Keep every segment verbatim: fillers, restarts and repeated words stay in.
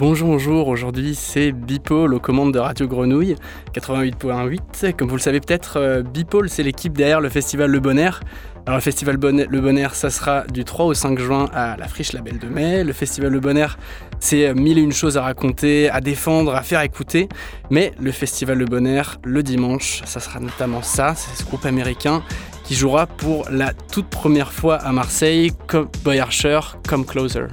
Bonjour, bonjour, aujourd'hui c'est Bipôle aux commandes de Radio Grenouille quatre-vingt-huit point huit. Comme vous le savez peut-être, euh, Bipôle c'est l'équipe derrière le festival Le Bon Air. Alors le festival Bon- Le Bon Air, ça sera du trois au cinq juin à la Friche La Belle de Mai. Le festival Le Bon Air, c'est mille et une choses à raconter, à défendre, à faire écouter. Mais le festival Le Bon Air, le dimanche, ça sera notamment ça, c'est ce groupe américain qui jouera pour la toute première fois à Marseille, comme Boy Archer, Come Closer.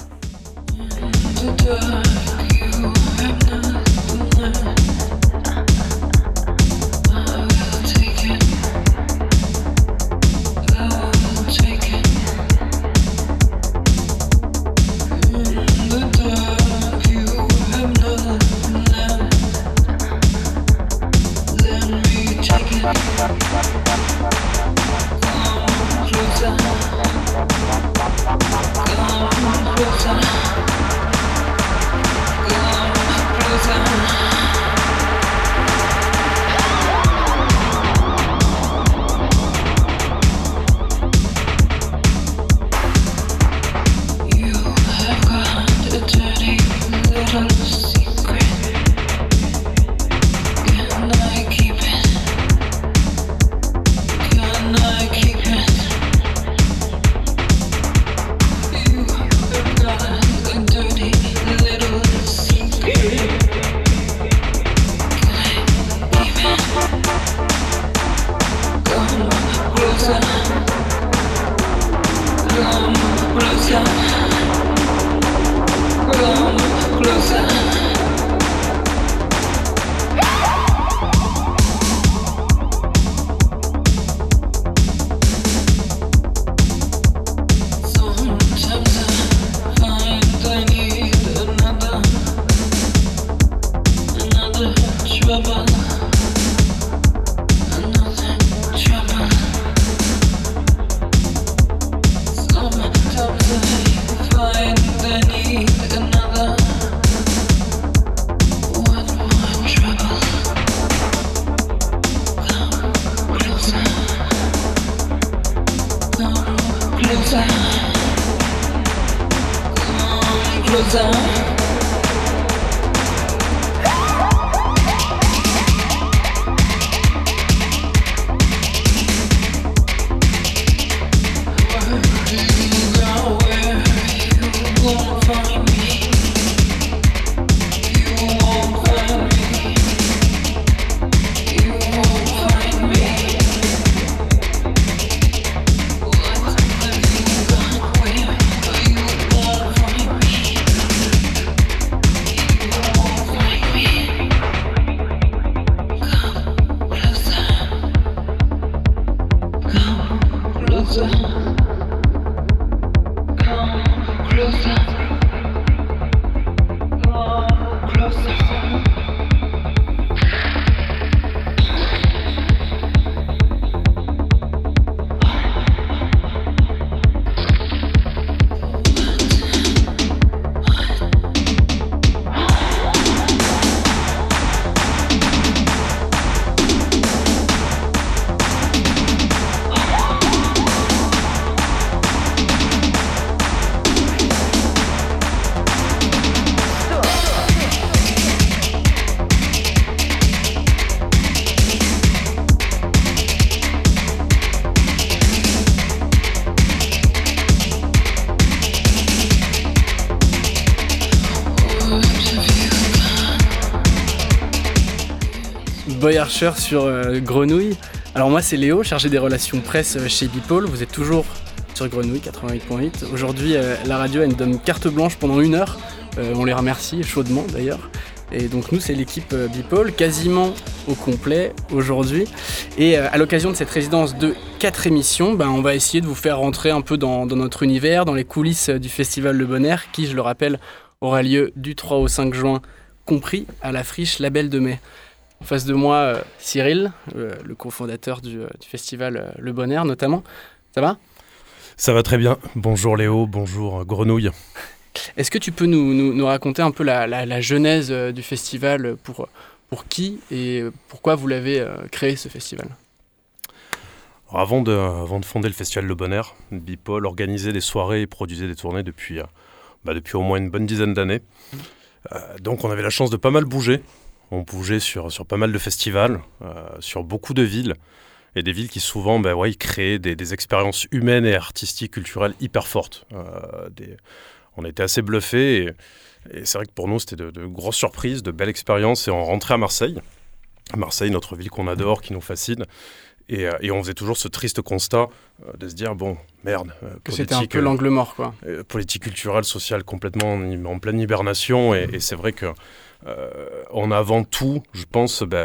Boy Archer sur euh, Grenouille. Alors moi c'est Léo, chargé des relations presse euh, chez Bipôle. Vous êtes toujours sur Grenouille quatre-vingt-huit point huit. Aujourd'hui euh, la radio elle nous donne carte blanche pendant une heure. Euh, on les remercie chaudement d'ailleurs. Et donc nous c'est l'équipe euh, Bipôle, quasiment au complet aujourd'hui. Et euh, à l'occasion de cette résidence de quatre émissions, ben, on va essayer de vous faire rentrer un peu dans, dans notre univers, dans les coulisses euh, du festival Le Bon Air, qui je le rappelle aura lieu du trois au cinq juin, compris à la Friche La Belle de Mai. En face de moi, euh, Cyril, euh, le cofondateur du, euh, du festival euh, Le Bon Air notamment. Ça va ? Ça va très bien. Bonjour Léo, bonjour Grenouille. Est-ce que tu peux nous, nous, nous raconter un peu la, la, la genèse euh, du festival, pour, pour qui et pourquoi vous l'avez euh, créé ce festival ? Alors avant, de, avant de fonder le festival Le Bon Air, Bipôle organisait des soirées et produisait des tournées depuis, euh, bah depuis au moins une bonne dizaine d'années. Euh, donc on avait la chance de pas mal bouger. On bougeait sur, sur pas mal de festivals, euh, sur beaucoup de villes. Et des villes qui souvent bah, ouais, créaient des, des expériences humaines et artistiques, culturelles hyper fortes. Euh, des... On était assez bluffés. Et, et c'est vrai que pour nous, c'était de, de grosses surprises, de belles expériences. Et on rentrait à Marseille. Marseille, notre ville qu'on adore, qui nous fascine. Et, euh, et on faisait toujours ce triste constat euh, de se dire, bon, merde. Euh, que c'était un peu euh, l'angle mort, quoi. Euh, politique culturelle, sociale, complètement en, en pleine hibernation. Et, et c'est vrai qu'on euh, a avant tout, je pense, bah,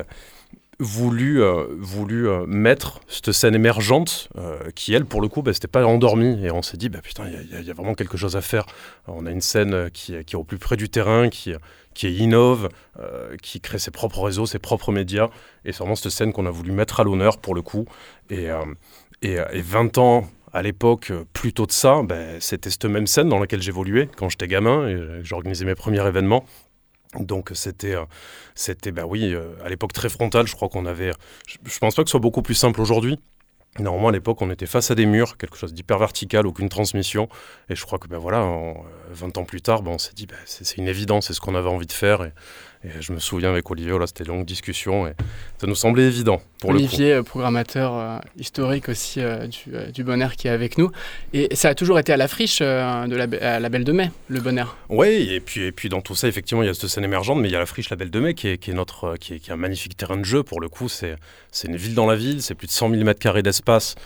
voulu, euh, voulu euh, mettre cette scène émergente euh, qui, elle, pour le coup, bah, c'était pas endormie. Et on s'est dit, bah, putain, il y, y, y a vraiment quelque chose à faire. On a une scène qui, qui est au plus près du terrain, qui, qui innove, euh, qui crée ses propres réseaux, ses propres médias. Et c'est vraiment cette scène qu'on a voulu mettre à l'honneur, pour le coup. Et, euh, et, et vingt ans à l'époque, plutôt de ça, bah, c'était cette même scène dans laquelle j'évoluais quand j'étais gamin et j'organisais mes premiers événements. Donc c'était, euh, c'était bah oui, euh, à l'époque très frontal. Je crois qu'on avait... Je, je pense pas que ce soit beaucoup plus simple aujourd'hui. Normalement, à l'époque, on était face à des murs, quelque chose d'hyper vertical, aucune transmission. Et je crois que ben voilà, en, vingt ans plus tard, ben on s'est dit ben c'est, c'est une évidence, c'est ce qu'on avait envie de faire. Et, et je me souviens avec Olivier, là, c'était une longue discussion et ça nous semblait évident. Pour Olivier, le coup. programmateur euh, historique aussi euh, du, euh, du Bon Air qui est avec nous. Et ça a toujours été à la friche euh, de la, à la Belle de Mai, le Bon Air. Oui, et puis, et puis dans tout ça, effectivement, il y a cette scène émergente, mais il y a la friche La Belle de Mai qui est, qui est, notre, qui est, qui est un magnifique terrain de jeu. Pour le coup, c'est, c'est une ville dans la ville, c'est plus de cent mille mètres carrés d'espace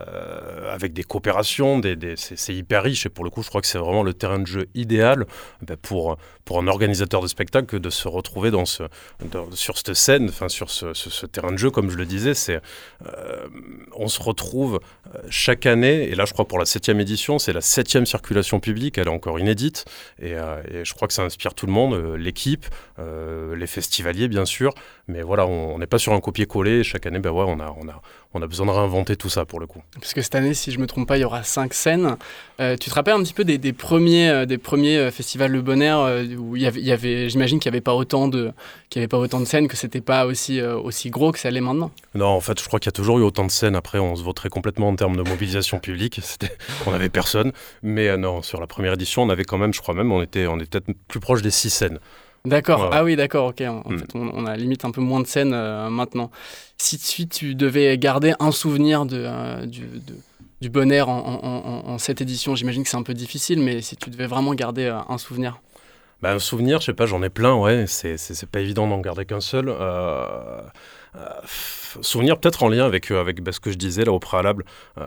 euh, avec des coopérations, des, des, c'est, c'est hyper riche. Et pour le coup, je crois que c'est vraiment le terrain de jeu idéal ben pour, pour un organisateur de spectacle que de se retrouver dans ce, dans, sur cette scène, enfin, sur ce, ce, ce terrain de jeu, comme je le disais. C'est, euh, on se retrouve chaque année, et là, je crois pour la septième édition, c'est la septième circulation publique, elle est encore inédite. Et, euh, et je crois que ça inspire tout le monde, euh, l'équipe, euh, les festivaliers bien sûr, mais voilà, on n'est pas sur un copier-coller. Chaque année, ben ouais, on a, on a, on a besoin de réinventer tout ça pour le coup. Parce que cette année, si je ne me trompe pas, il y aura cinq scènes. Euh, tu te rappelles un petit peu des, des premiers, euh, des premiers euh, festivals Le Bon Air euh, où il y avait, il y avait, j'imagine qu'il n'y avait pas autant de, qu'il y avait pas autant de scènes, que c'était pas aussi, euh, aussi gros que ça l'est maintenant. Non, en fait, je crois qu'il y a toujours eu autant de scènes. Après, on se voterait complètement en termes de mobilisation publique. C'était, on n'avait personne, mais euh, non, sur la première édition, on avait quand même, je crois même, on était, on était peut-être plus proche des six scènes. D'accord, ouais. Ah oui, d'accord, ok. En mm. fait, on, on a limite un peu moins de scènes euh, maintenant. Si, si tu devais garder un souvenir de, euh, du, de, du Bon Air en, en, en, en cette édition, j'imagine que c'est un peu difficile, mais si tu devais vraiment garder euh, un souvenir. Bah, un souvenir, je sais pas, j'en ai plein, ouais. C'est, c'est, c'est pas évident d'en garder qu'un seul. Euh, euh, souvenir peut-être en lien avec, avec bah, ce que je disais là au préalable. Euh,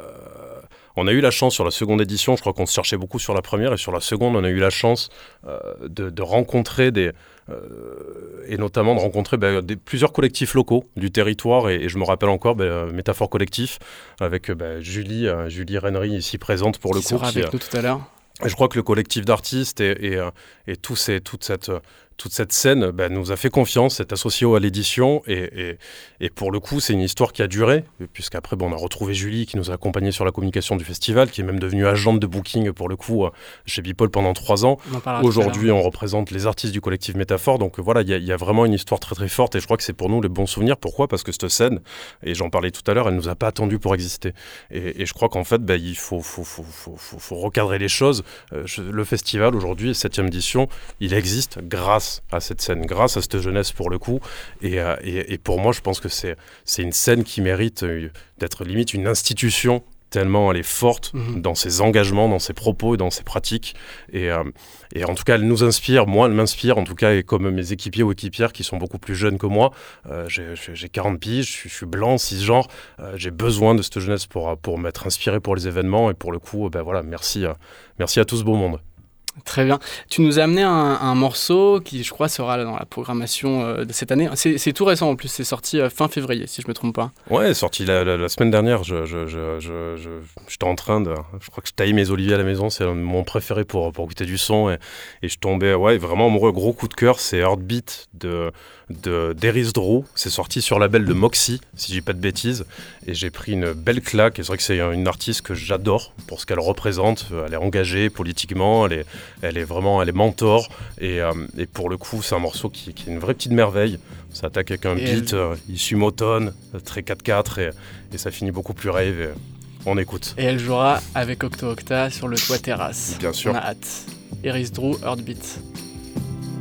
On a eu la chance sur la seconde édition, je crois qu'on se cherchait beaucoup sur la première, et sur la seconde, on a eu la chance euh, de, de rencontrer des, euh, et notamment de rencontrer bah, des, plusieurs collectifs locaux du territoire, et, et je me rappelle encore bah, Métaphore Collectif avec bah, Julie, euh, Julie Rennery ici présente pour le qui coup. Sera qui avec nous tout à l'heure. Et je crois que le collectif d'artistes et, et, et tout ces, toute, cette, toute cette scène bah, nous a fait confiance, s'est associé à l'édition. Et, et, et pour le coup, c'est une histoire qui a duré, puisqu'après, bon, on a retrouvé Julie qui nous a accompagnés sur la communication du festival, qui est même devenue agente de booking pour le coup chez Bipol pendant trois ans. Aujourd'hui, on représente les artistes du collectif Métaphore. Donc voilà, il y, y a vraiment une histoire très très forte. Et je crois que c'est pour nous les bons souvenirs. Pourquoi ? Parce que cette scène, et j'en parlais tout à l'heure, elle ne nous a pas attendu pour exister. Et, et je crois qu'en fait, bah, il faut, faut, faut, faut, faut, faut recadrer les choses. Euh, je, le festival aujourd'hui, septième édition, il existe grâce à cette scène, grâce à cette jeunesse pour le coup. Et, euh, et, et pour moi, je pense que c'est, c'est une scène qui mérite euh, d'être limite une institution, tellement elle est forte mmh. dans ses engagements, dans ses propos et dans ses pratiques. Et, euh, et en tout cas, elle nous inspire, moi elle m'inspire, en tout cas, et comme mes équipiers ou équipières qui sont beaucoup plus jeunes que moi. Euh, j'ai, j'ai quarante piges, je suis, je suis blanc, cisgenre. Euh, j'ai besoin de cette jeunesse pour, pour m'être inspiré pour les événements. Et pour le coup, ben voilà, merci, euh, merci à tout ce beau monde. Très bien. Tu nous as amené un, un morceau qui, je crois, sera dans la programmation euh, de cette année. C'est, c'est tout récent en plus, c'est sorti euh, fin février, si je ne me trompe pas. Ouais, sorti la, la, la semaine dernière. Je, je, je, je, je, j'étais en train de... Je crois que je taillais mes oliviers à la maison, c'est mon préféré pour, pour goûter du son. Et, et je tombais, ouais, vraiment amoureux. Gros coup de cœur, c'est Heartbeat de, de, d'Eris Drew. C'est sorti sur label de Moxie, si je dis pas de bêtises. Et j'ai pris une belle claque. Et c'est vrai que c'est une artiste que j'adore pour ce qu'elle représente. Elle est engagée politiquement, elle est... Elle est vraiment, elle est mentor et, euh, et pour le coup, c'est un morceau qui, qui est une vraie petite merveille. Ça attaque avec un et beat elle... euh, issu Motown, très quatre quatre et, et ça finit beaucoup plus rave. Et on écoute. Et elle jouera avec Octo Octa sur le toit terrasse. Bien sûr. On a hâte. Eris Drew, Heartbeat.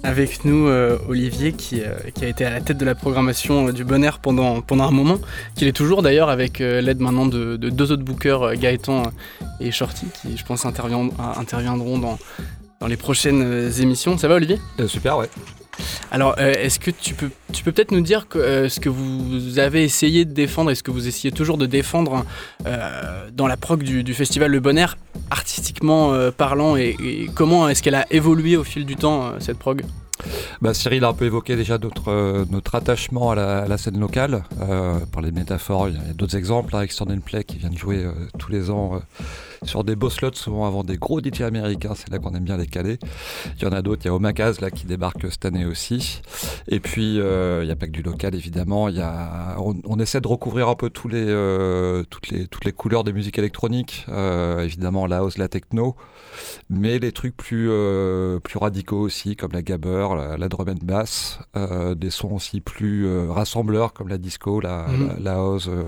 Avec nous, euh, Olivier, qui, euh, qui a été à la tête de la programmation euh, du Bon Air pendant, pendant un moment, qu'il est toujours d'ailleurs avec euh, l'aide maintenant de, de deux autres bookers, euh, Gaëtan euh, et Shorty, qui je pense intervient, interviendront dans, dans les prochaines euh, émissions. Ça va, Olivier ? euh, Super, ouais. Alors, euh, est-ce que tu peux, tu peux peut-être nous dire que, euh, ce que vous avez essayé de défendre et ce que vous essayez toujours de défendre euh, dans la prog du, du festival Le Bon Air, artistiquement euh, parlant, et, et comment est-ce qu'elle a évolué au fil du temps, euh, cette prog ? Bah, Cyril a un peu évoqué déjà notre, euh, notre attachement à la, à la scène locale, euh, par les métaphores. Il y a d'autres exemples, hein, Extended Play qui vient de jouer euh, tous les ans euh, sur des beaux slots, souvent avant des gros D J américains, c'est là qu'on aime bien les caler. Il y en a d'autres, il y a Omakaz là, qui débarque cette année aussi. Et puis euh, il n'y a pas que du local évidemment, il y a, on, on essaie de recouvrir un peu tous les, euh, toutes, les, toutes les couleurs des musiques électroniques, euh, évidemment la house, la techno, mais les trucs plus, euh, plus radicaux aussi, comme la gabber, la, la drum and bass, euh, des sons aussi plus euh, rassembleurs comme la disco, la, mmh. la, la house, euh,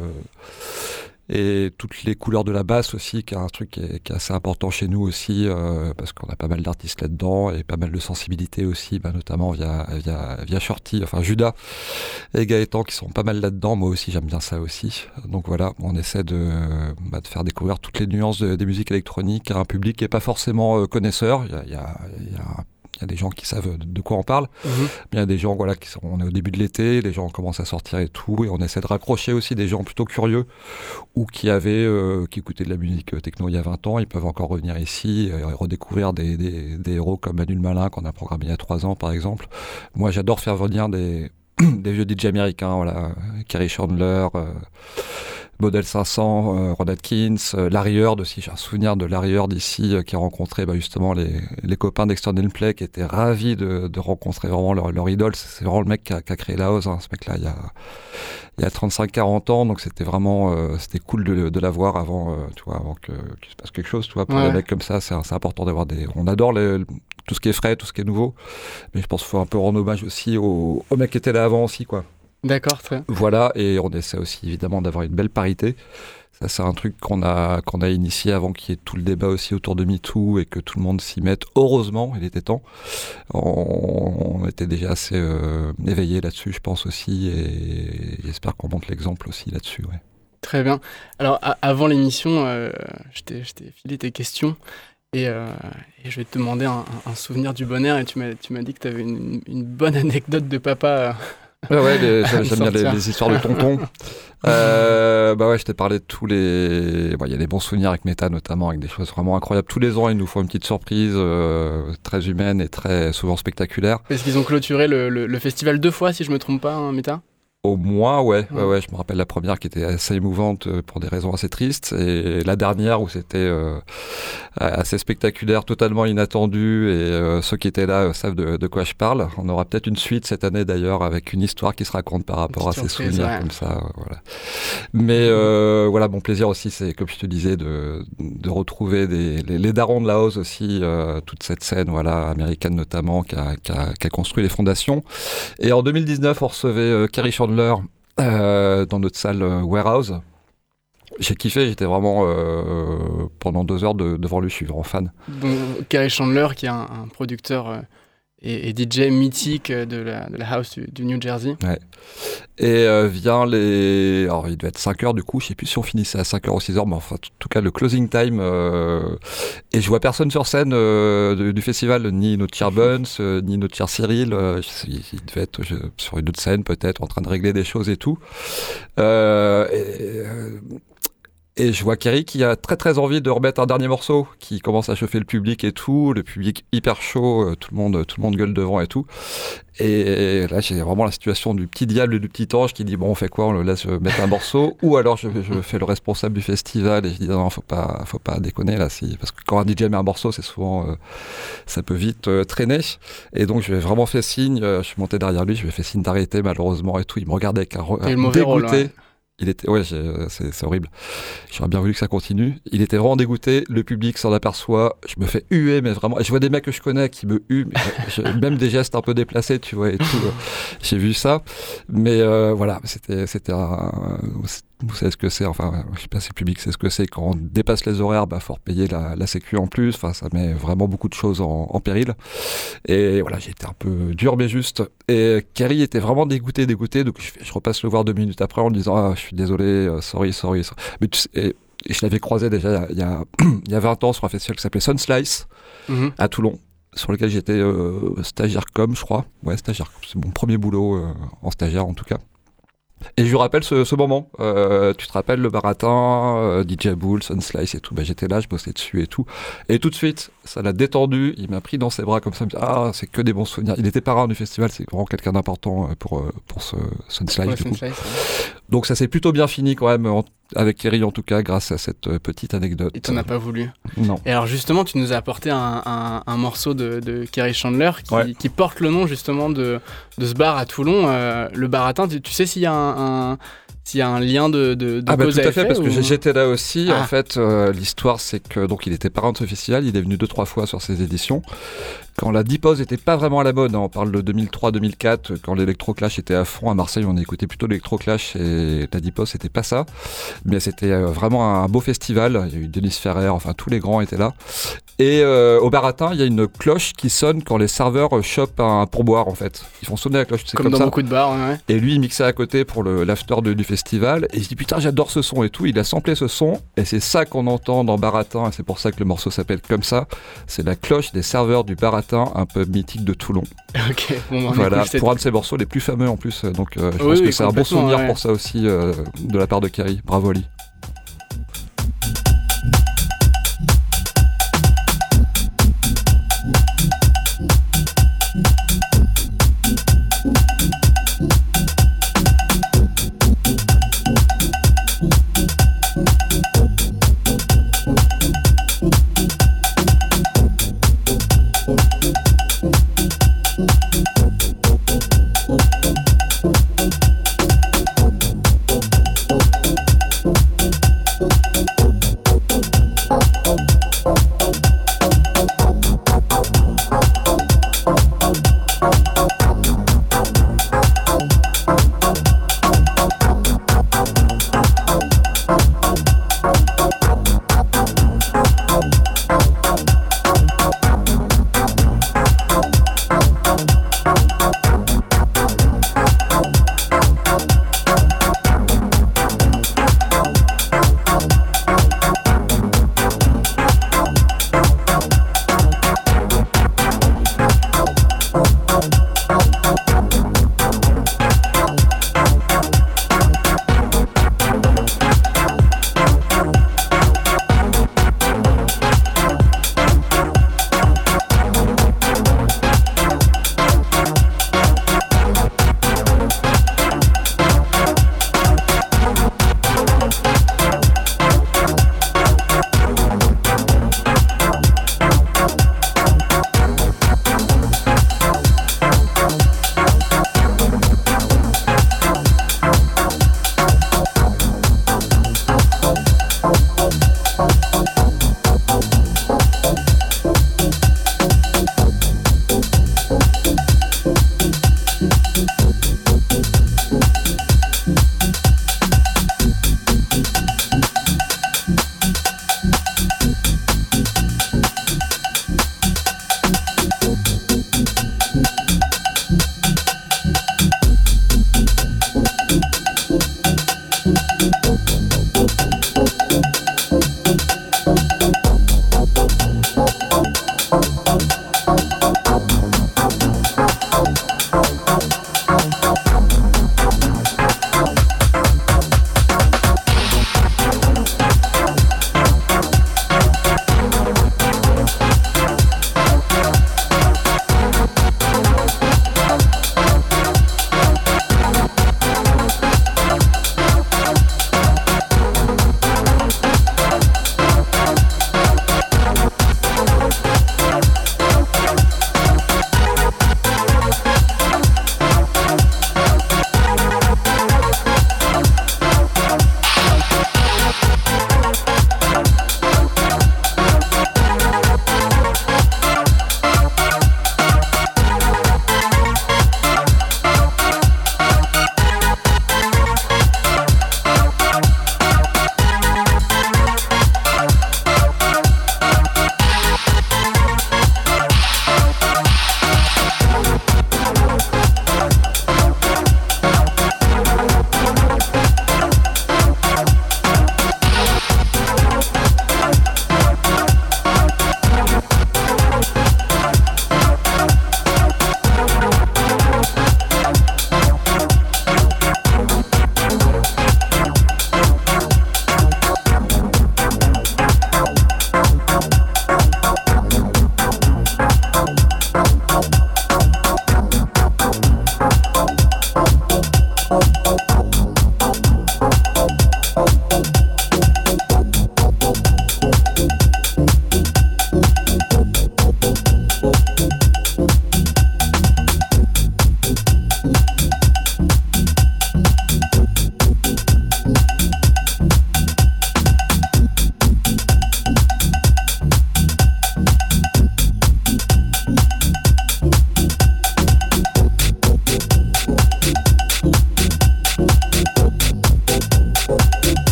et toutes les couleurs de la basse aussi, qui est un truc qui est, qui est assez important chez nous aussi, euh, parce qu'on a pas mal d'artistes là-dedans et pas mal de sensibilité aussi, bah, notamment via, via, via Shorty, enfin Judas et Gaëtan qui sont pas mal là-dedans. Moi aussi j'aime bien ça aussi, donc voilà, on essaie de, bah, de faire découvrir toutes les nuances de, des musiques électroniques à un public qui est pas forcément euh, connaisseur. Il y a, il y a, il y a Il y a des gens qui savent de quoi on parle, mmh. mais il y a des gens, voilà, qui sont, on est au début de l'été, les gens commencent à sortir et tout, et on essaie de raccrocher aussi des gens plutôt curieux ou qui avaient, euh, qui écoutaient de la musique techno il y a vingt ans, ils peuvent encore revenir ici et redécouvrir des, des, des héros comme Manu le Malin qu'on a programmé il y a trois ans par exemple. Moi j'adore faire venir des, des vieux D J américains, voilà, Kerry Chandler, euh, Model cinq cents, euh, Ron Atkins, euh, Larry Heard aussi. J'ai un souvenir de Larry Heard ici euh, qui a rencontré bah, justement les, les copains d'Extended Play qui étaient ravis de, de rencontrer vraiment leur, leur idole. C'est vraiment le mec qui a, qui a créé la house, hein, ce mec-là, il y a, il y a trente-cinq quarante ans. Donc c'était vraiment euh, c'était cool de, de l'avoir avant, euh, tu vois, avant que, qu'il se passe quelque chose. Tu vois, pour ouais. des mecs comme ça, c'est, c'est important d'avoir des... On adore les, tout ce qui est frais, tout ce qui est nouveau. Mais je pense qu'il faut un peu rendre hommage aussi aux, aux mecs qui étaient là avant aussi, quoi. D'accord, très bien. Voilà, et on essaie aussi évidemment d'avoir une belle parité. Ça, c'est un truc qu'on a, qu'on a initié avant qu'il y ait tout le débat aussi autour de MeToo et que tout le monde s'y mette. Heureusement, il était temps. On, on était déjà assez euh, éveillés là-dessus, je pense aussi, et j'espère qu'on montre l'exemple aussi là-dessus. Ouais. Très bien. Alors, a- avant l'émission, euh, je, t'ai, je t'ai filé tes questions. Et, euh, et je vais te demander un, un souvenir du Bon Air. Et tu m'as, tu m'as dit que tu avais une, une bonne anecdote de papa. Euh, Ouais, ouais, les, j'aime, j'aime bien les, les histoires de tonton. Euh, bah ouais, je t'ai parlé de tous les... Il bon, y a des bons souvenirs avec Meta, notamment, avec des choses vraiment incroyables. Tous les ans, ils nous font une petite surprise euh, très humaine et très souvent spectaculaire. Est-ce qu'ils ont clôturé le, le, le festival deux fois, si je me trompe pas, hein, Meta ? Au moins, ouais, ouais, ouais, je me rappelle la première qui était assez émouvante pour des raisons assez tristes, et la dernière où c'était euh, assez spectaculaire, totalement inattendu, et euh, ceux qui étaient là euh, savent de, de quoi je parle. On aura peut-être une suite cette année d'ailleurs avec une histoire qui se raconte par rapport à ces souvenirs ouais. comme ça, euh, voilà. Mais euh, voilà, mon plaisir aussi, c'est comme je te disais, de, de retrouver des, les, les darons de la house aussi, euh, toute cette scène, voilà, américaine notamment, qui a, qui a, qui a construit les fondations. Et en deux mille dix-neuf, on recevait euh, Kerry Chandler Euh, dans notre salle euh, Warehouse. J'ai kiffé, j'étais vraiment euh, pendant deux heures de, devant lui, je suis vraiment fan. Bon, Kerry Chandler, qui est un, un producteur euh, et, et D J mythique de la, de la house du, du New Jersey. Ouais. Et euh, vient les... Alors, il devait être cinq heures du coup, je sais plus si on finissait à cinq heures ou six heures, mais enfin, en tout cas, le closing time. Euh... Et je vois personne sur scène euh, du, du festival, ni notre cher Buns, euh, ni notre cher Cyril. Euh, il, il devait être je, sur une autre scène, peut-être, en train de régler des choses et tout. Euh, et, euh... Et je vois Kerry qui a très très envie de remettre un dernier morceau, qui commence à chauffer le public et tout, le public hyper chaud, tout le monde, tout le monde gueule devant et tout. Et là, j'ai vraiment la situation du petit diable et du petit ange qui dit bon, on fait quoi, on le laisse mettre un morceau, ou alors je, je fais le responsable du festival et je dis non, faut pas, faut pas déconner là, si, parce que quand un D J met un morceau, c'est souvent, euh, ça peut vite euh, traîner. Et donc, je lui ai vraiment fait signe, euh, je suis monté derrière lui, je lui ai fait signe d'arrêter malheureusement et tout. Il me regardait avec un, un dégoûté. Rôle, ouais. Il était, ouais, j'ai, c'est, c'est horrible. J'aurais bien voulu que ça continue. Il était vraiment dégoûté. Le public s'en aperçoit. Je me fais huer, mais vraiment. Je vois des mecs que je connais qui me huent, mais je, même des gestes un peu déplacés, tu vois, et tout. J'ai vu ça. Mais euh, voilà, c'était, c'était un, Vous savez ce que c'est, enfin, je sais pas si le public sait ce que c'est. Quand on dépasse les horaires, bah, faut repayer la, la sécu en plus. Enfin, ça met vraiment beaucoup de choses en, en péril. Et voilà, j'ai été un peu dur, mais juste. Et Kerry était vraiment dégoûté, dégoûté. Donc, je, je repasse le voir deux minutes après en lui disant, ah, je suis désolé, euh, sorry, sorry. sorry. Mais tu sais, et, et je l'avais croisé déjà il y a, il y a vingt ans sur un festival qui s'appelait Sunslice mm-hmm. à Toulon, sur lequel j'étais euh, stagiaire com, je crois. Ouais, stagiaire com. C'est mon premier boulot euh, en stagiaire, en tout cas. Et je lui rappelle ce, ce moment. Euh, tu te rappelles le baratin, euh, D J Bull, Sunslice et tout. Bah, j'étais là, je bossais dessus et tout. Et tout de suite, ça l'a détendu. Il m'a pris dans ses bras comme ça. Il me dit, ah, c'est que des bons souvenirs. Il était parrain du festival. C'est vraiment quelqu'un d'important pour, pour ce Sunslice. Ouais, du Sunslice coup. Ouais. Donc ça s'est plutôt bien fini quand même, en, avec Kerry en tout cas, grâce à cette euh, petite anecdote. Et t'en as pas voulu. Non. Et alors justement, tu nous as apporté un, un, un morceau de, de Kerry Chandler qui, ouais. qui porte le nom justement de, de ce bar à Toulon, euh, le Baratin. Tu, tu sais s'il y a un... un... S'il y a un lien de, de, de ah bah cause tout à à fait, effet, parce ou... que j'étais là aussi. Ah. En fait, euh, l'histoire, c'est que donc il était parrain de ce festival. Il est venu deux trois fois sur ses éditions. Quand la Deep House n'était pas vraiment à la mode, hein, on parle de deux mille trois deux mille quatre, quand l'Electroclash était à fond à Marseille, on écoutait plutôt l'Electroclash et la Deep House, c'était pas ça. Mais c'était euh, vraiment un beau festival. Il y a eu Denis Ferrer, enfin tous les grands étaient là. Et euh, au Baratin, il y a une cloche qui sonne quand les serveurs chopent un pourboire en fait. Ils font sonner la cloche, c'est comme, comme dans ça. beaucoup de bars, ouais. Et lui, il mixait à côté pour le, l'after de, du festival. Et il se dit putain, j'adore ce son et tout. Il a samplé ce son et c'est ça qu'on entend dans Baratin. Et c'est pour ça que le morceau s'appelle comme ça. C'est la cloche des serveurs du Baratin, un peu mythique de Toulon. Ok. Bon, bah, voilà, écoute, pour un de ses morceaux les plus fameux en plus. Donc euh, je oui, pense oui, que c'est un bon souvenir ouais. pour ça aussi euh, de la part de Kerry. Bravo Ali.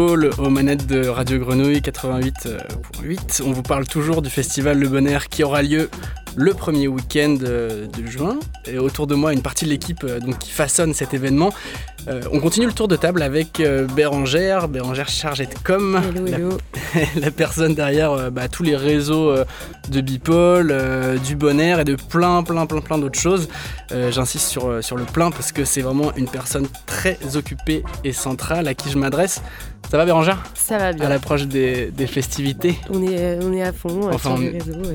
Paul aux manettes de Radio Grenouille quatre-vingt-huit virgule huit. On vous parle toujours du festival Le Bon Air qui aura lieu le premier week-end de juin. Et autour de moi, une partie de l'équipe donc, qui façonne cet événement. Euh, on continue le tour de table avec euh, Bérangère, Bérangère chargée de com, hello, hello. La, la personne derrière euh, bah, tous les réseaux euh, de Bipole, euh, du Bon Air et de plein, plein, plein, plein d'autres choses. Euh, j'insiste sur, sur le plein parce que c'est vraiment une personne très occupée et centrale à qui je m'adresse. Ça va Bérangère ? Ça va bien. À l'approche des, des festivités. On est, on est à fond euh, enfin, sur les réseaux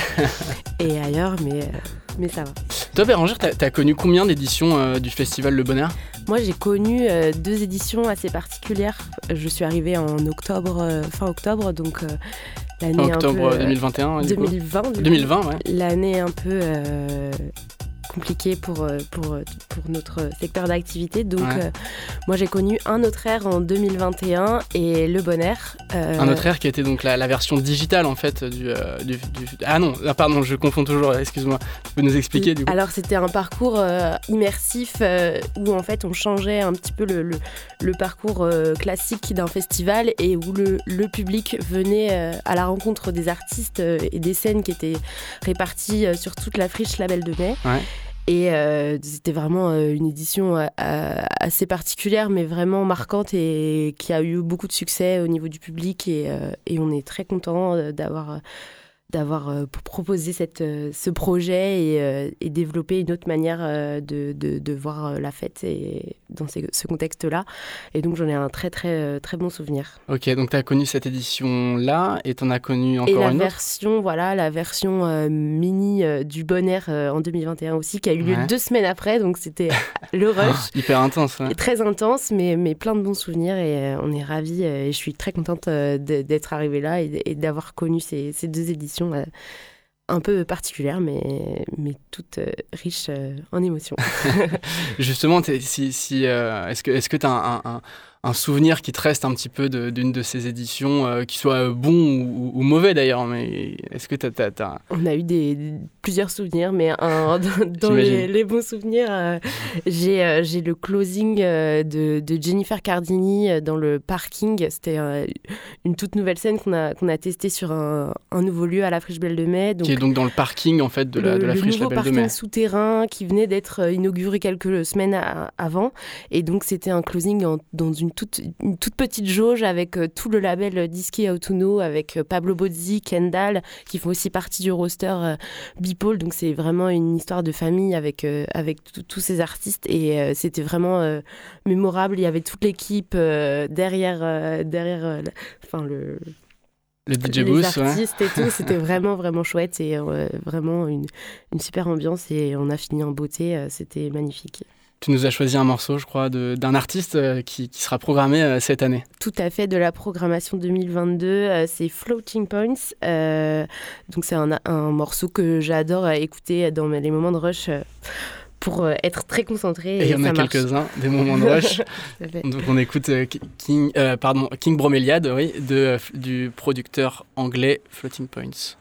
et, et ailleurs, mais, euh, mais ça va. Toi Bérangère, t'as, t'as connu combien d'éditions euh, du festival Le Bon Air ? Moi j'ai connu euh, deux éditions assez particulières. Je suis arrivée en octobre, euh, fin octobre, donc euh, l'année fin octobre un peu, deux mille vingt et un. deux mille vingt. deux mille vingt, ouais. L'année un peu euh, compliquée pour, pour, pour notre secteur d'activité. Donc ouais. euh, moi j'ai connu Un autre air en deux mille vingt et un et Le Bon Air. Euh... Un autre air qui était donc la, la version digitale en fait du, euh, du, du... Ah non, ah, pardon, je confonds toujours, excuse-moi. Tu peux nous expliquer du coup ? Alors c'était un parcours euh, immersif euh, où en fait on changeait un petit peu le, le, le parcours euh, classique d'un festival et où le, le public venait euh, à la rencontre des artistes euh, et des scènes qui étaient réparties euh, sur toute la friche Label de Mai. Ouais. Et euh, c'était vraiment euh, une édition euh, assez particulière, mais vraiment marquante et qui a eu beaucoup de succès au niveau du public. Et, euh, et on est très content d'avoir, d'avoir euh, proposé cette, euh, ce projet et, euh, et développer une autre manière euh, de, de, de voir la fête et dans ces, ce contexte-là. Et donc j'en ai un très très très bon souvenir. Ok, donc tu as connu cette édition-là et tu en as connu encore et la une autre version, voilà, la version euh, mini euh, du Bon Air euh, en deux mille vingt et un aussi, qui a eu lieu ouais. deux semaines après, donc c'était le rush. Hyper intense. Ouais. Très intense, mais, mais plein de bons souvenirs et euh, on est ravis euh, et je suis très contente euh, d'être arrivée là et, et d'avoir connu ces, ces deux éditions euh, un peu particulières, mais, mais toutes euh, riches euh, en émotions. Justement, si, si, euh, est-ce que est-ce que tu as un, un, un souvenir qui te reste un petit peu de, d'une de ces éditions, euh, qui soit bon ou, ou mauvais d'ailleurs, mais est-ce que tu as... On a eu des, des, plusieurs souvenirs, mais un, dans, dans les, les bons souvenirs, euh, j'ai, euh, j'ai le closing euh, de, de Jennifer Cardini euh, dans le parking. C'était euh, une toute nouvelle scène qu'on a, qu'on a testée sur un, un nouveau lieu à la Friche Belle de Mai. Donc, qui est donc dans le parking en fait de la, le, de la Friche Belle de Mai. Le nouveau parking souterrain qui venait d'être inauguré quelques semaines à, avant. Et donc c'était un closing en, dans une toute, une toute petite jauge avec euh, tout le label Disque Autunno, avec euh, Pablo Bozzi, Kendall, qui font aussi partie du roster euh, Bipole. Donc c'est vraiment une histoire de famille avec, euh, avec tous ces artistes. Et euh, c'était vraiment euh, mémorable. Il y avait toute l'équipe euh, derrière, euh, derrière euh, enfin, le... Le D J les booth, artistes ouais. et tout, c'était vraiment vraiment chouette et euh, vraiment une, une super ambiance et on a fini en beauté, euh, c'était magnifique. Tu nous as choisi un morceau, je crois, de, d'un artiste euh, qui, qui sera programmé euh, cette année. Tout à fait, de la programmation deux mille vingt-deux, euh, c'est Floating Points. Euh, donc c'est un, un morceau que j'adore écouter dans les moments de rush. Euh, pour être très concentré. Et il y en a marche. quelques-uns, des moments de rush. Donc on écoute euh, King, euh, pardon, King Bromeliad, oui, de, euh, du producteur anglais Floating Points.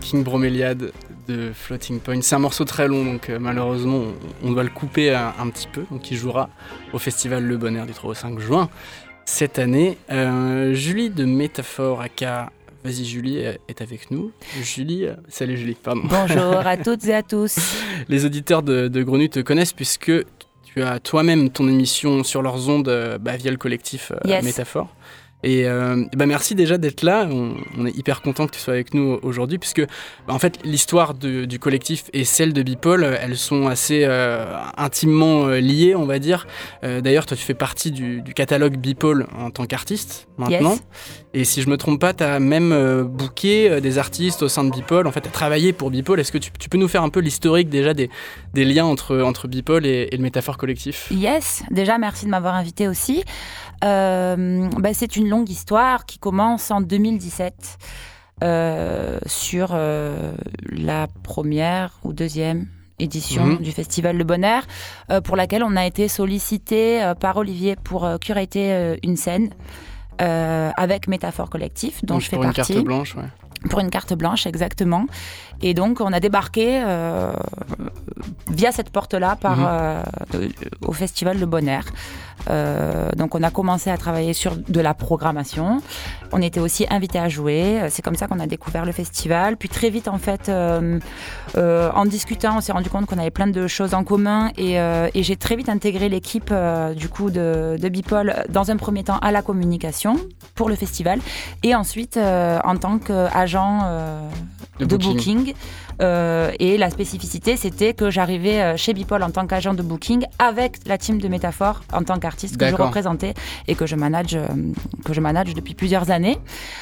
King Broméliade de Floating Point. C'est un morceau très long, donc euh, malheureusement, on, on doit le couper un, un petit peu. Donc, il jouera au festival Le Bonheur du trois au cinq juin cette année. Euh, Julie de Métaphore, aka Vas-y Julie, est avec nous. Julie, euh, salut Julie, pardon. Bonjour à toutes et à tous. Les auditeurs de, de Grenouille te connaissent puisque tu as toi-même ton émission sur leurs ondes euh, bah, via le collectif euh, Yes. Métaphore. Et euh, bah merci déjà d'être là, on, on est hyper content que tu sois avec nous aujourd'hui puisque bah en fait l'histoire de, du collectif et celle de Bipole, elles sont assez euh, intimement euh, liées on va dire. Euh, d'ailleurs toi tu fais partie du, du catalogue Bipole en tant qu'artiste maintenant. Yes. Et si je me trompe pas, tu as même euh, booké euh, des artistes au sein de Bipole, en fait tu as travaillé pour Bipole. Est-ce que tu, tu peux nous faire un peu l'historique déjà des, des liens entre, entre Bipole et, et le Métaphore Collectif ? Yes, déjà merci de m'avoir invité aussi. Euh, bah, c'est une longue histoire qui commence en deux mille dix-sept euh, sur euh, la première ou deuxième édition Mhm. du Festival Le Bonheur, euh, pour laquelle on a été sollicité euh, par Olivier pour euh, curater euh, une scène euh, avec Métaphore Collectif, dont Donc, je fais pour une partie. carte blanche, ouais. Pour une carte blanche, exactement. Et donc, on a débarqué euh, via cette porte-là par, Mhm. euh, euh, au Festival Le Bonheur. Euh, donc, on a commencé à travailler sur de la programmation. On était aussi invités à jouer. C'est comme ça qu'on a découvert le festival. Puis très vite, en fait, euh, euh, en discutant, on s'est rendu compte qu'on avait plein de choses en commun. Et, euh, et j'ai très vite intégré l'équipe euh, du coup de, de Bipole, dans un premier temps à la communication pour le festival. Et ensuite, euh, en tant qu'agent euh, De de, booking. booking. Euh, et la spécificité, c'était que j'arrivais euh, chez Bipole en tant qu'agent de booking avec la team de Métaphore en tant qu'artiste que je D'accord. représentais et que je manage, euh, que je manage depuis plusieurs années.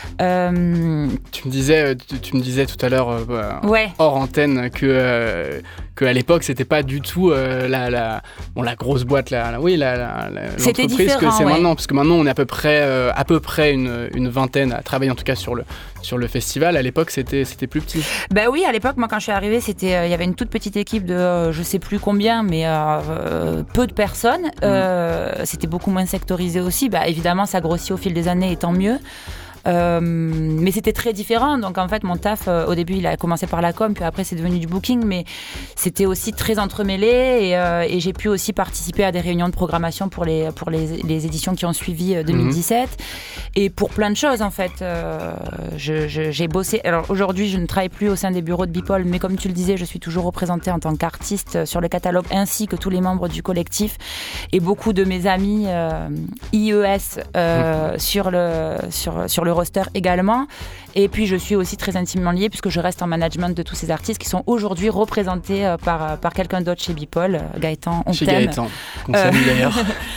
Euh, Tu me disais, tu, tu me disais tout à l'heure, euh, bah, ouais. hors antenne, que, euh, que à l'époque c'était pas du tout euh, la, la, bon, la grosse boîte, la, la- oui, la, la, la- C'était l'entreprise que différent, c'est ouais. maintenant, parce que maintenant on est à peu près, euh, à peu près une, une vingtaine à travailler en tout cas sur le, sur le festival. À l'époque c'était, c'était plus petit. Ben oui, à l'époque, moi, quand je suis arrivée, c'était, euh, il y avait une toute petite équipe de, euh, je sais plus combien, mais euh, euh, peu de personnes. Euh, c'était beaucoup moins sectorisé aussi. Bah, évidemment, ça grossit au fil des années, et tant mieux. Euh, mais c'était très différent. Donc en fait, mon taf, euh, au début, il a commencé par la com, puis après, c'est devenu du booking, mais c'était aussi très entremêlé. Et, euh, et j'ai pu aussi participer à des réunions de programmation pour les, pour les, les éditions qui ont suivi euh, deux mille dix-sept. Et pour plein de choses, en fait. Euh, je, je, j'ai bossé. Alors aujourd'hui, je ne travaille plus au sein des bureaux de Bipole, mais comme tu le disais, je suis toujours représentée en tant qu'artiste sur le catalogue, ainsi que tous les membres du collectif et beaucoup de mes amis euh, I E S euh, sur, le, sur, sur le roster également. Et puis je suis aussi très intimement liée puisque je reste en management de tous ces artistes qui sont aujourd'hui représentés euh, par, par quelqu'un d'autre chez Bipole, Gaëtan, on Chez t'aime. Gaëtan, qu'on salue Euh, d'ailleurs.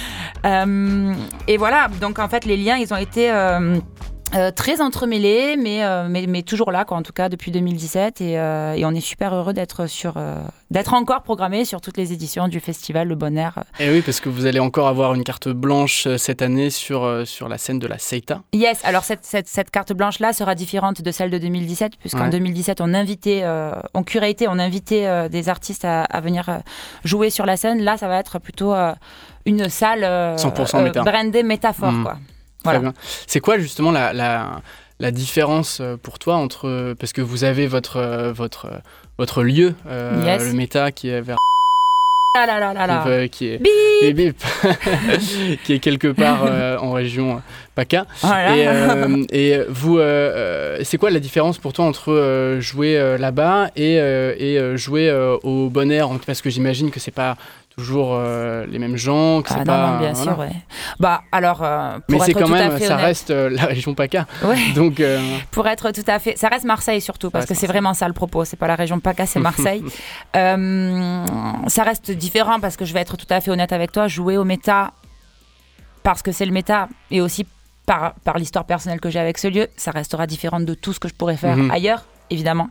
Euh, et voilà, donc en fait les liens ils ont été euh, euh, très entremêlés, mais, euh, mais, mais toujours là quoi, en tout cas depuis deux mille dix-sept, et, euh, et on est super heureux d'être, sur, euh, d'être encore programmé sur toutes les éditions du festival Le Bonheur. Et oui, parce que vous allez encore avoir une carte blanche euh, cette année sur, euh, sur la scène de la Seita. Yes, alors cette, cette, cette carte blanche là sera différente de celle de deux mille dix-sept, puisqu'en Ouais. deux mille dix-sept on invitait, euh, on curatait, on invitait euh, des artistes à, à venir euh, jouer sur la scène. Là ça va être plutôt euh, une salle euh, cent pour cent méta. brandée Métaphore Mmh. quoi. Très Voilà. bien. C'est quoi justement la, la, la différence euh, pour toi entre, parce que vous avez votre, euh, votre, euh, votre lieu, euh, Yes. le méta qui est vers, Ah là là là là. euh, qui est Bip. et bip, qui est quelque part euh, en région PACA. Voilà. Et, euh, et vous, euh, euh, c'est quoi la différence pour toi entre euh, jouer euh, là-bas et, euh, et euh, jouer euh, au Bonheur? Parce que j'imagine que c'est pas toujours euh, les mêmes gens, que c'est Ah non, pas. non, bien voilà. sûr, ouais. Bah, alors, euh, Mais pour c'est être quand tout même, à fait ça honnête, reste euh, la région PACA. ouais, Donc, euh, pour être tout à fait, ça reste Marseille surtout, parce reste que c'est Marseille. vraiment ça le propos. C'est pas la région PACA, c'est Marseille. Euh, ça reste différent parce que je vais être tout à fait honnête avec toi. Jouer au méta parce que c'est le méta et aussi par par l'histoire personnelle que j'ai avec ce lieu, ça restera différent de tout ce que je pourrais faire Mhm. ailleurs, évidemment.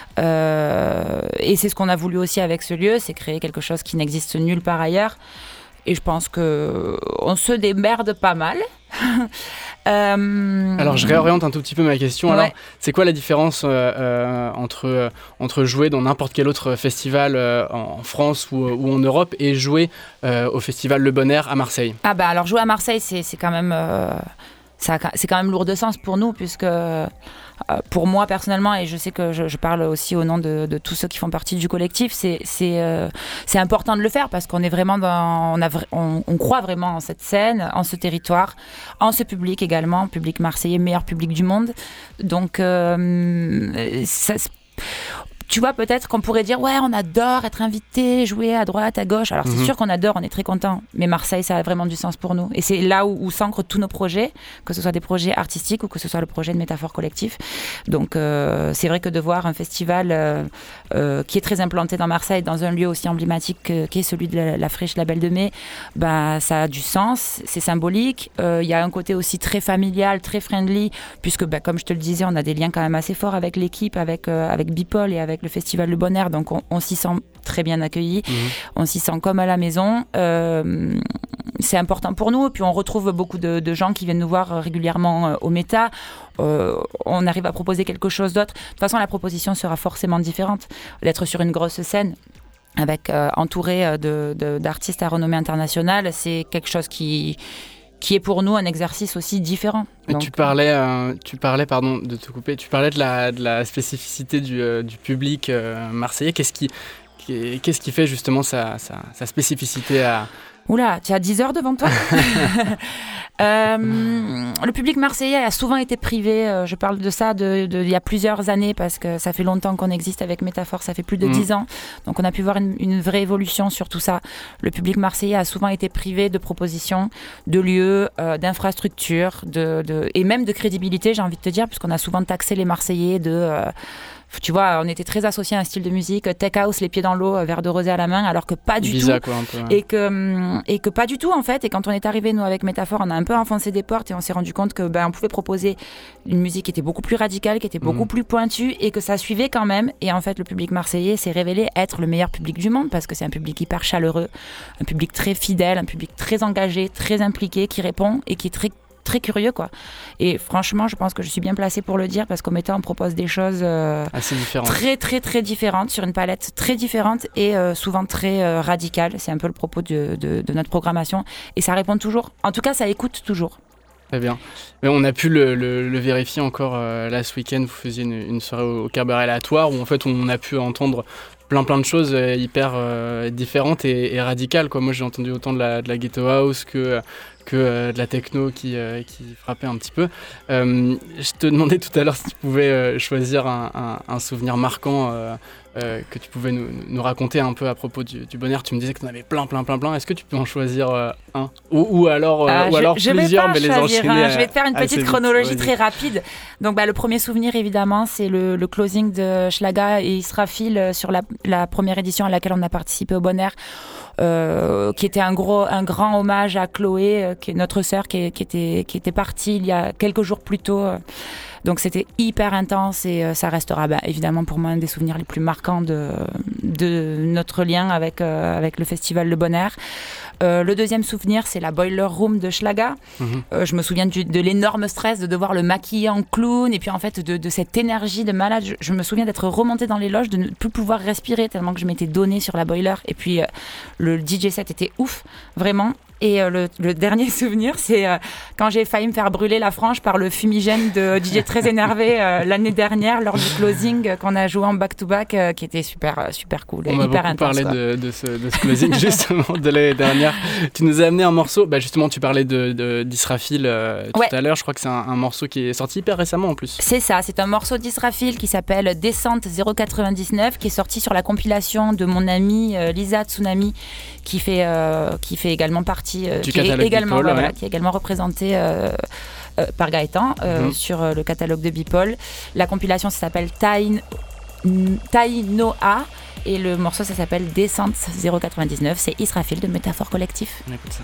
Euh, et c'est ce qu'on a voulu aussi avec ce lieu, c'est créer quelque chose qui n'existe nulle part ailleurs. Et je pense que on se démerde pas mal. Euh, alors, je réoriente un tout petit peu ma question. Alors, Ouais. c'est quoi la différence euh, euh, entre, euh, entre jouer dans n'importe quel autre festival euh, en, en France ou, ou en Europe et jouer euh, au festival Le Bonheur à Marseille? Ah bah alors jouer à Marseille, c'est, c'est quand même... euh, ça, a- c'est quand même lourd de sens pour nous, puisque euh, pour moi personnellement, et je sais que je, je parle aussi au nom de, de tous ceux qui font partie du collectif, c'est, c'est, euh, c'est important de le faire parce qu'on est vraiment dans, on, a, on, on croit vraiment en cette scène, en ce territoire, en ce public également, public marseillais, meilleur public du monde. Donc, euh, ça, tu vois, peut-être qu'on pourrait dire, ouais, on adore être invité, jouer à droite, à gauche. Alors, mmh. c'est sûr qu'on adore, on est très content. Mais Marseille, ça a vraiment du sens pour nous. Et c'est là où, où s'ancrent tous nos projets, que ce soit des projets artistiques ou que ce soit le projet de Métaphore Collectif. Donc, euh, c'est vrai que de voir un festival euh, euh, qui est très implanté dans Marseille, dans un lieu aussi emblématique que, qu'est celui de la, la Friche Label de Mai, bah, ça a du sens, c'est symbolique. Il euh, y a un côté aussi très familial, très friendly, puisque, bah, comme je te le disais, on a des liens quand même assez forts avec l'équipe, avec, euh, avec Bipol et avec le Festival Le Bon Air, donc on, on s'y sent très bien accueillis, mmh. on s'y sent comme à la maison. Euh, c'est important pour nous, et puis on retrouve beaucoup de, de gens qui viennent nous voir régulièrement euh, au Méta. Euh, on arrive à proposer quelque chose d'autre. De toute façon, la proposition sera forcément différente. D'être sur une grosse scène, avec euh, entouré de, de, d'artistes à renommée internationale, c'est quelque chose qui... qui est pour nous un exercice aussi différent. Donc... Tu parlais, euh, tu parlais, pardon de te couper, tu parlais de la, de la spécificité du, euh, du public euh, marseillais. Qu'est-ce qui, qu'est-ce qui fait justement sa, sa, sa spécificité à... Oula, tu as dix heures devant toi. euh, le public marseillais a souvent été privé. Je parle de ça de, de, il y a plusieurs années parce que ça fait longtemps qu'on existe avec Métaphore. Ça fait plus de mmh. dix ans. Donc on a pu voir une, une vraie évolution sur tout ça. Le public marseillais a souvent été privé de propositions, de lieux, euh, d'infrastructures de, de, et même de crédibilité, j'ai envie de te dire, puisqu'on a souvent taxé les Marseillais de... Euh, tu vois, on était très associés à un style de musique, tech house, les pieds dans l'eau, verre de rosé à la main, alors que pas du Visa, tout. Quoi, un peu, ouais. Et que, et que pas du tout, en fait. Et quand on est arrivé, nous, avec Métaphore, on a un peu enfoncé des portes et on s'est rendu compte que, ben, on pouvait proposer une musique qui était beaucoup plus radicale, qui était beaucoup mmh. plus pointue et que ça suivait quand même. Et en fait, le public marseillais s'est révélé être le meilleur public du monde parce que c'est un public hyper chaleureux, un public très fidèle, un public très engagé, très impliqué, qui répond et qui est très très curieux, quoi. Et franchement, je pense que je suis bien placée pour le dire parce qu'au Méta, on propose des choses euh, assez différentes, très très très différentes, sur une palette très différente et euh, souvent très euh, radicale. C'est un peu le propos de, de, de notre programmation et ça répond toujours. En tout cas, ça écoute toujours. Très bien. Mais on a pu le, le, le vérifier encore euh, là ce week-end. Vous faisiez une, une soirée au, au Cabaret Aléatoire où en fait on a pu entendre plein plein de choses euh, hyper euh, différentes et, et radicales, quoi. Moi j'ai entendu autant de la, de la ghetto house que que euh, de la techno qui, euh, qui frappait un petit peu. Euh, je te demandais tout à l'heure si tu pouvais euh, choisir un, un, un souvenir marquant euh, euh, que tu pouvais nous, nous raconter un peu à propos du, du Bon Air. Tu me disais que tu en avais plein, plein, plein, plein. Est-ce que tu peux en choisir euh, un ou, ou alors, euh, ah, ou je, alors je plusieurs, mais les enchaîner un. Je vais te faire une petite chronologie vite. très rapide. Donc, bah, le premier souvenir, évidemment, c'est le, le closing de Schlaga et Israfil sur la, la première édition à laquelle on a participé au Bon Air. Euh, qui était un gros, un grand hommage à Chloé, euh, qui est notre sœur, qui, qui était, qui était partie il y a quelques jours plus tôt. Euh. Donc c'était hyper intense et euh, ça restera bah, évidemment pour moi un des souvenirs les plus marquants de, de notre lien avec, euh, avec le festival Le Bon Air. Euh, le deuxième souvenir, c'est la Boiler Room de Schlaga. Mmh. Euh, je me souviens du, de l'énorme stress de devoir le maquiller en clown et puis en fait de, de cette énergie de malade. Je, je me souviens d'être remontée dans les loges, de ne plus pouvoir respirer tellement que je m'étais donnée sur la Boiler. Et puis euh, le D J set était ouf, vraiment. Et euh, le, le dernier souvenir, c'est euh, quand j'ai failli me faire brûler la frange par le fumigène de D J très énervé euh, l'année dernière lors du closing euh, qu'on a joué en back-to-back, euh, qui était super, euh, super cool et On hyper intense. On a beaucoup intense, parlé de, de, ce, de ce closing justement de l'année dernière. Tu nous as amené un morceau, bah, justement tu parlais de, de, d'Israfil euh, tout ouais. à l'heure, je crois que c'est un, un morceau qui est sorti hyper récemment en plus. C'est ça, c'est un morceau d'Israfil qui s'appelle Descente zéro quatre-vingt-dix-neuf, qui est sorti sur la compilation de mon amie euh, Lisa Tsunami, qui fait, euh, qui fait également partie euh, du qui catalogue est également, Bipol, voilà, ouais. qui est également représentée euh, euh, par Gaëtan euh, mmh. sur euh, le catalogue de Bipol. La compilation ça s'appelle Tai Noa et le morceau ça s'appelle Descente zéro quatre-vingt-dix-neuf. C'est Israfil de Métaphore Collectif. On écoute ça.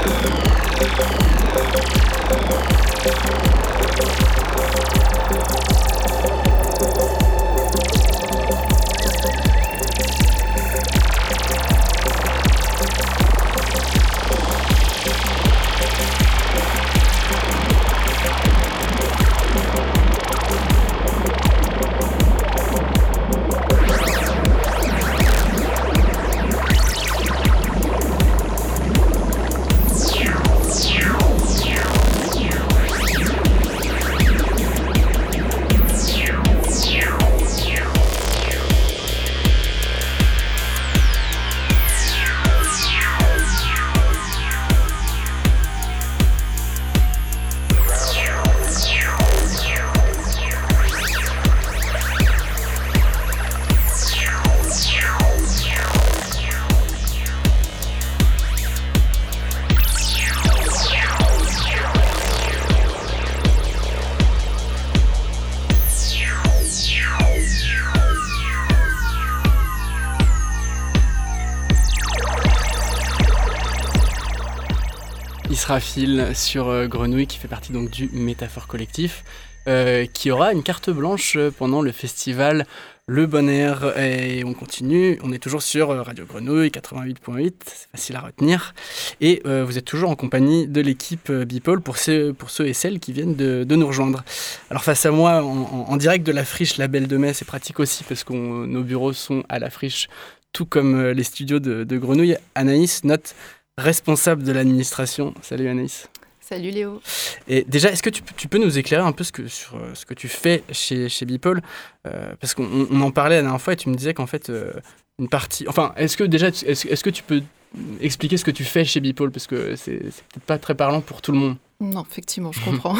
Israfil sur euh, Grenouille, qui fait partie donc du Métaphore Collectif, euh, qui aura une carte blanche pendant le festival Le Bon Air. Et on continue, on est toujours sur Radio Grenouille quatre-vingt-huit point huit, c'est facile à retenir. Et euh, vous êtes toujours en compagnie de l'équipe euh, Bipôle pour ceux, pour ceux et celles qui viennent de, de nous rejoindre. Alors face à moi, en, en, en direct de la Friche, la Belle de Mai, c'est pratique aussi parce que nos bureaux sont à la Friche, tout comme euh, les studios de, de Grenouille. Anaïs, notre responsable de l'administration. Salut Anaïs. Salut Léo. Et déjà, est-ce que tu, tu peux nous éclairer un peu ce que, sur euh, ce que tu fais chez, chez Bipôle, euh, parce qu'on on en parlait la dernière fois et tu me disais qu'en fait, euh, une partie... Enfin, est-ce que déjà, est-ce, est-ce que tu peux expliquer ce que tu fais chez Bipôle, parce que c'est, c'est peut-être pas très parlant pour tout le monde. Non, effectivement, je comprends.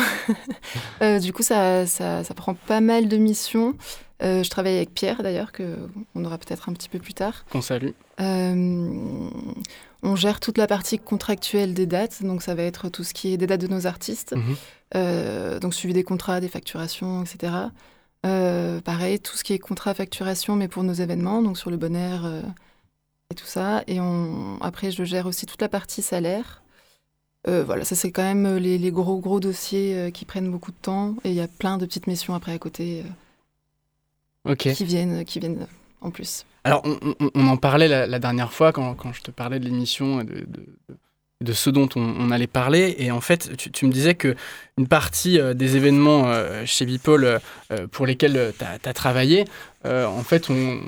euh, du coup, ça, ça, ça prend pas mal de missions. Euh, je travaille avec Pierre, d'ailleurs, qu'on aura peut-être un petit peu plus tard. Qu'on salue. Euh, on gère toute la partie contractuelle des dates, donc ça va être tout ce qui est des dates de nos artistes, mmh. euh, donc suivi des contrats, des facturations, et cetera. Euh, pareil, tout ce qui est contrat, facturation, mais pour nos événements, donc sur le Bon Air euh, et tout ça. Et on, après, je gère aussi toute la partie salaire. Euh, voilà, ça c'est quand même les, les gros gros dossiers euh, qui prennent beaucoup de temps, et il y a plein de petites missions après à côté euh, okay. qui viennent, qui viennent en plus. Alors on, on, on en parlait la, la dernière fois quand, quand je te parlais de l'émission et de, de, de ce dont on, on allait parler, et en fait tu, tu me disais que une partie euh, des événements euh, chez Bipôle euh, pour lesquels tu as travaillé, euh, en fait on,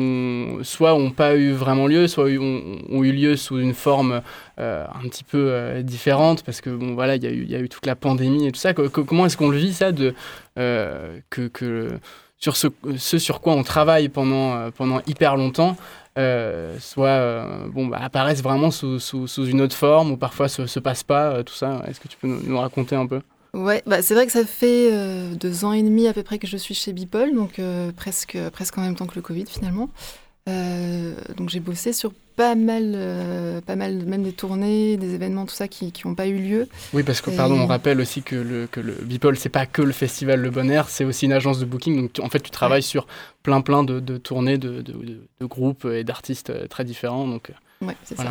on, soit n'ont pas eu vraiment lieu, soit ont, ont eu lieu sous une forme euh, un petit peu euh, différente, parce que bon voilà, il y a eu il y a eu toute la pandémie et tout ça. Que, que, comment est-ce qu'on le vit ça, de euh, que, que sur ce, ce sur quoi on travaille pendant euh, pendant hyper longtemps euh, soit euh, bon bah, apparaissent vraiment sous, sous sous une autre forme, ou parfois se se passe pas, euh, tout ça. Est-ce que tu peux nous, nous raconter un peu? Ouais, bah c'est vrai que ça fait euh, deux ans et demi à peu près que je suis chez Bipôle, donc euh, presque, presque en même temps que le Covid finalement. Euh, donc j'ai bossé sur pas mal, euh, pas mal, même des tournées, des événements, tout ça qui n'ont pas eu lieu. Oui, parce que, et... pardon, on rappelle aussi que le, que le Bipôle, c'est pas que le festival Le Bon Air, c'est aussi une agence de booking. Donc tu, en fait, tu travailles ouais. sur plein plein de, de tournées, de, de, de, de groupes et d'artistes très différents. Donc, ouais, c'est voilà. ça.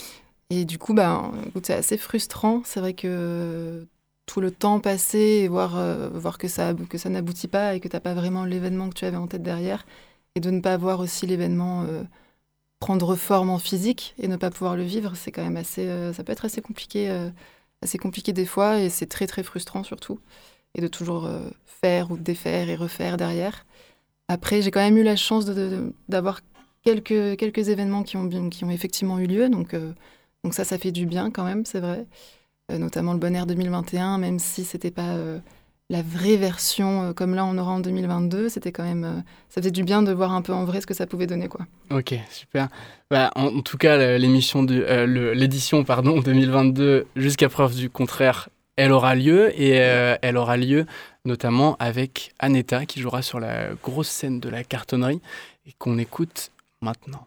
Et du coup, bah, écoute, c'est assez frustrant. C'est vrai que tout le temps passé et voir, euh, voir que ça, que ça n'aboutit pas et que tu n'as pas vraiment l'événement que tu avais en tête derrière, et de ne pas voir aussi l'événement euh, prendre forme en physique et ne pas pouvoir le vivre, c'est quand même assez, euh, ça peut être assez compliqué, euh, assez compliqué des fois, et c'est très très frustrant surtout, et de toujours euh, faire ou défaire et refaire derrière. Après, j'ai quand même eu la chance de, de, d'avoir quelques, quelques événements qui ont, bien, qui ont effectivement eu lieu, donc, euh, donc ça, ça fait du bien quand même, c'est vrai. Euh, notamment le Bon Air deux mille vingt et un, même si c'était pas euh, la vraie version euh, comme là on aura en deux mille vingt-deux, c'était quand même, euh, ça faisait du bien de voir un peu en vrai ce que ça pouvait donner, quoi. Ok, super. Bah, en, en tout cas, l'émission du, euh, le, l'édition pardon, deux mille vingt-deux, jusqu'à preuve du contraire, elle aura lieu, et euh, elle aura lieu notamment avec Aneta, qui jouera sur la grosse scène de la Cartonnerie, et qu'on écoute maintenant.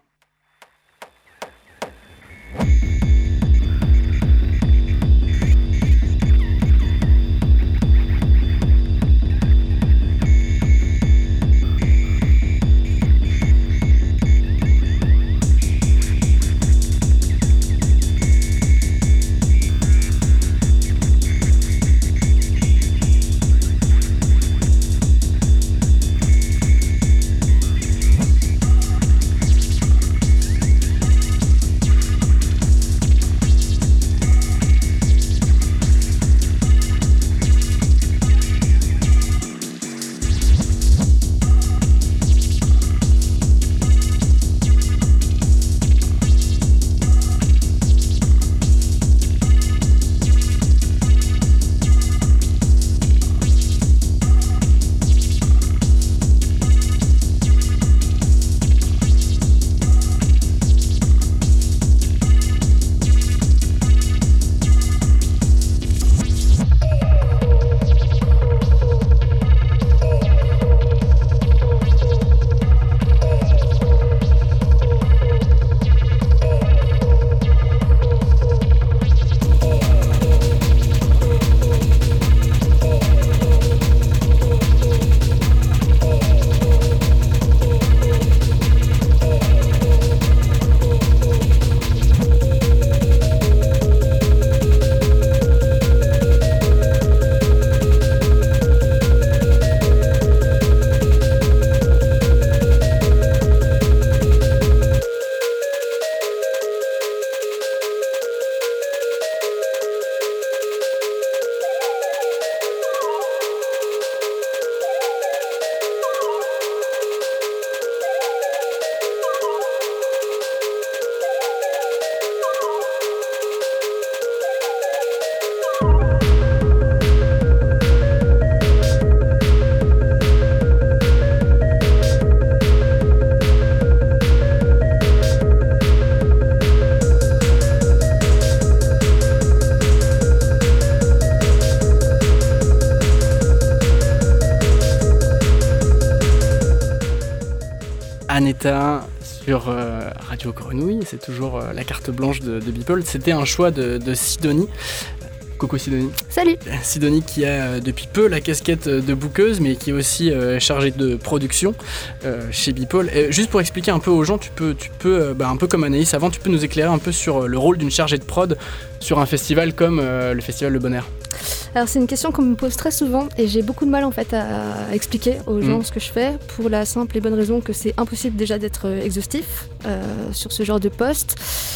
Aneta sur euh, Radio Grenouille, c'est toujours euh, la carte blanche de, de Beeple. C'était un choix de, de Sidonie. Coucou Sidonie. Salut. Sidonie qui a euh, depuis peu la casquette de bookeuse, mais qui est aussi euh, chargée de production euh, chez Beeple. Et juste pour expliquer un peu aux gens, tu peux, tu peux euh, bah, un peu comme Anaïs avant, tu peux nous éclairer un peu sur euh, le rôle d'une chargée de prod sur un festival comme euh, le Festival Le Bon Air. Alors c'est une question qu'on me pose très souvent et j'ai beaucoup de mal en fait à, à expliquer aux gens mmh. ce que je fais pour la simple et bonne raison que c'est impossible déjà d'être exhaustif euh, sur ce genre de poste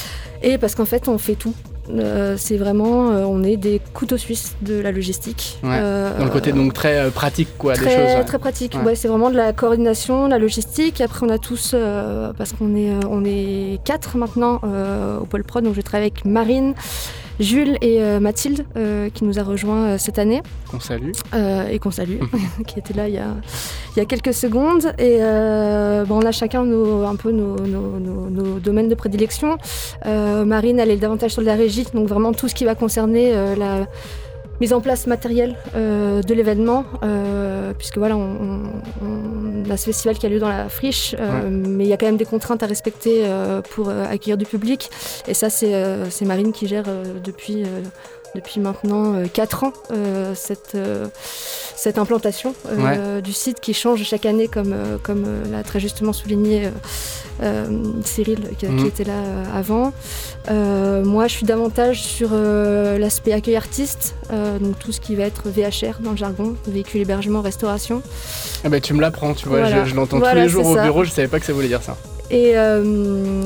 et parce qu'en fait on fait tout. Euh, c'est vraiment, euh, on est des couteaux suisses de la logistique. Ouais. Euh, Dans le côté donc très euh, pratique quoi, très, des choses. Ouais. Très pratique. Ouais. Ouais, c'est vraiment de la coordination, la logistique. Après on a tous, euh, parce qu'on est, on est quatre maintenant euh, au pôle prod, donc je travaille avec Marine, Jules et euh, Mathilde euh, qui nous a rejoints euh, cette année. Qu'on salue. Euh, et qu'on salue, qui était là il y a, il y a quelques secondes. Et euh, bon, on a chacun nos, un peu nos, nos, nos, nos domaines de prédilection. Euh, Marine, elle est davantage sur de la régie, donc vraiment tout ce qui va concerner euh, la mise en place matérielle euh, de l'événement, euh, puisque voilà, on, on, on a ce festival qui a lieu dans la friche, euh, ouais. mais il y a quand même des contraintes à respecter euh, pour euh, accueillir du public. Et ça, c'est, euh, c'est Marine qui gère euh, depuis, euh, depuis maintenant euh, quatre ans euh, cette, euh, cette implantation euh, ouais. du site qui change chaque année, comme, euh, comme euh, l'a très justement souligné euh, euh, Cyril, qui, mmh. qui était là euh, avant. Euh, moi, je suis davantage sur euh, l'aspect accueil artiste, euh, donc tout ce qui va être V H R dans le jargon, véhicule hébergement restauration. Ah bah, tu me l'apprends, tu vois, voilà. je, je l'entends voilà, tous les jours au ça. bureau, je savais pas que ça voulait dire ça. Et, euh,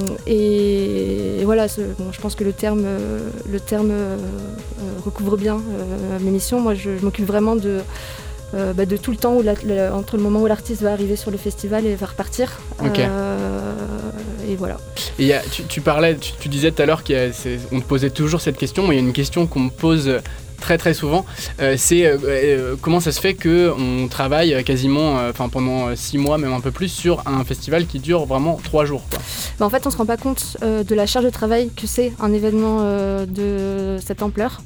et, et voilà, bon, je pense que le terme, le terme euh, recouvre bien euh, mes missions. Moi, je, je m'occupe vraiment de, euh, bah, de tout le temps où la, la, entre le moment où l'artiste va arriver sur le festival et va repartir. Okay. Euh, et voilà. Et y a, tu, tu parlais, tu, tu disais tout à l'heure qu'on te posait toujours cette question, mais il y a une question qu'on me pose très très souvent, euh, c'est euh, euh, comment ça se fait qu'on travaille quasiment euh, pendant six mois, même un peu plus, sur un festival qui dure vraiment trois jours quoi. Bah en fait, on ne se rend pas compte euh, de la charge de travail que c'est un événement euh, de cette ampleur.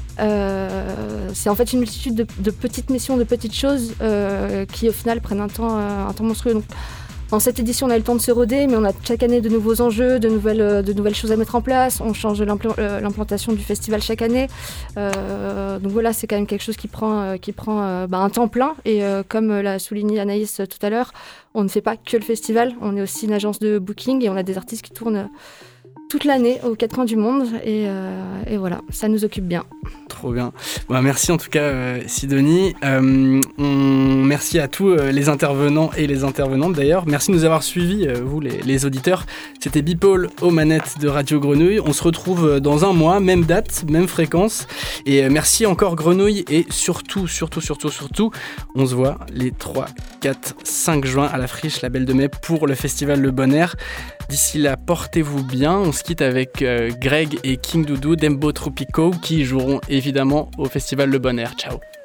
Euh, c'est en fait une multitude de, de petites missions, de petites choses euh, qui au final prennent un temps, euh, un temps monstrueux. Donc, en cette édition, on a eu le temps de se roder, mais on a chaque année de nouveaux enjeux, de nouvelles, de nouvelles choses à mettre en place. On change l'impl- euh, l'implantation du festival chaque année. Euh, donc voilà, c'est quand même quelque chose qui prend, euh, qui prend euh, bah, un temps plein. Et euh, comme l'a souligné Anaïs euh, tout à l'heure, on ne fait pas que le festival. On est aussi une agence de booking et on a des artistes qui tournent toute l'année aux quatre coins du monde. Et, euh, et voilà, ça nous occupe bien. Trop bien. Bon, merci en tout cas euh, Sidonie. Euh, on... Merci à tous euh, les intervenants et les intervenantes d'ailleurs. Merci de nous avoir suivis, euh, vous les, les auditeurs. C'était Beeple aux manettes de Radio Grenouille. On se retrouve dans un mois, même date, même fréquence. Et euh, merci encore Grenouille. Et surtout, surtout, surtout, surtout, on se voit les trois, quatre, cinq juin à la Friche, la Belle de Mai, pour le festival Le Bon Air. D'ici là, portez-vous bien. On se quitte avec euh, Greg et King Doudou, Dembo Tropico, qui joueront évidemment au festival Le Bon Air. Ciao.